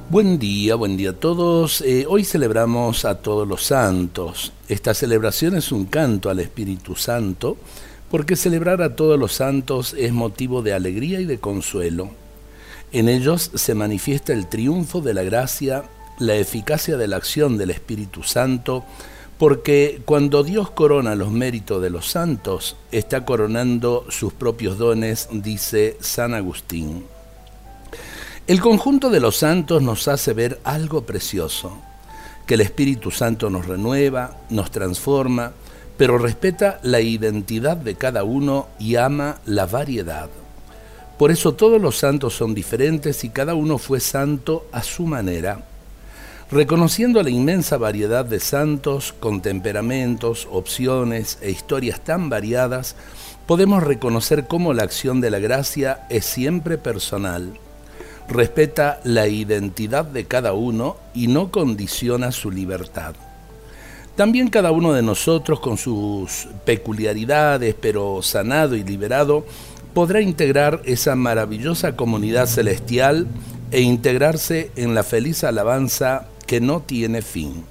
Buen día a todos. Hoy celebramos a todos los santos. Esta celebración es un canto al Espíritu Santo, porque celebrar a todos los santos es motivo de alegría y de consuelo. En ellos se manifiesta el triunfo de la gracia, la eficacia de la acción del Espíritu Santo, porque cuando Dios corona los méritos de los santos, está coronando sus propios dones, dice San Agustín. El conjunto de los santos nos hace ver algo precioso, que el Espíritu Santo nos renueva, nos transforma, pero respeta la identidad de cada uno y ama la variedad. Por eso todos los santos son diferentes y cada uno fue santo a su manera. Reconociendo la inmensa variedad de santos, con temperamentos, opciones e historias tan variadas, podemos reconocer cómo la acción de la gracia es siempre personal. Respeta la identidad de cada uno y no condiciona su libertad. También cada uno de nosotros, con sus peculiaridades, pero sanado y liberado, podrá integrar esa maravillosa comunidad celestial e integrarse en la feliz alabanza que no tiene fin.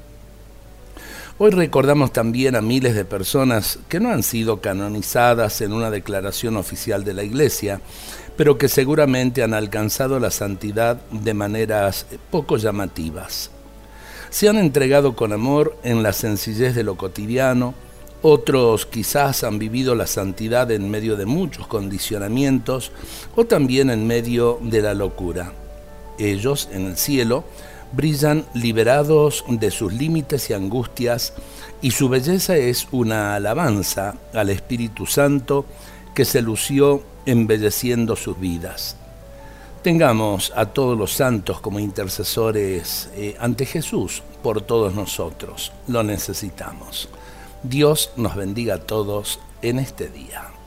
Hoy recordamos también a miles de personas que no han sido canonizadas en una declaración oficial de la Iglesia, pero que seguramente han alcanzado la santidad de maneras poco llamativas. Se han entregado con amor en la sencillez de lo cotidiano, otros quizás han vivido la santidad en medio de muchos condicionamientos o también en medio de la locura. Ellos, en el cielo, brillan liberados de sus límites y angustias, y su belleza es una alabanza al Espíritu Santo que se lució embelleciendo sus vidas. Tengamos a todos los santos como intercesores ante Jesús por todos nosotros. Lo necesitamos. Dios nos bendiga a todos en este día.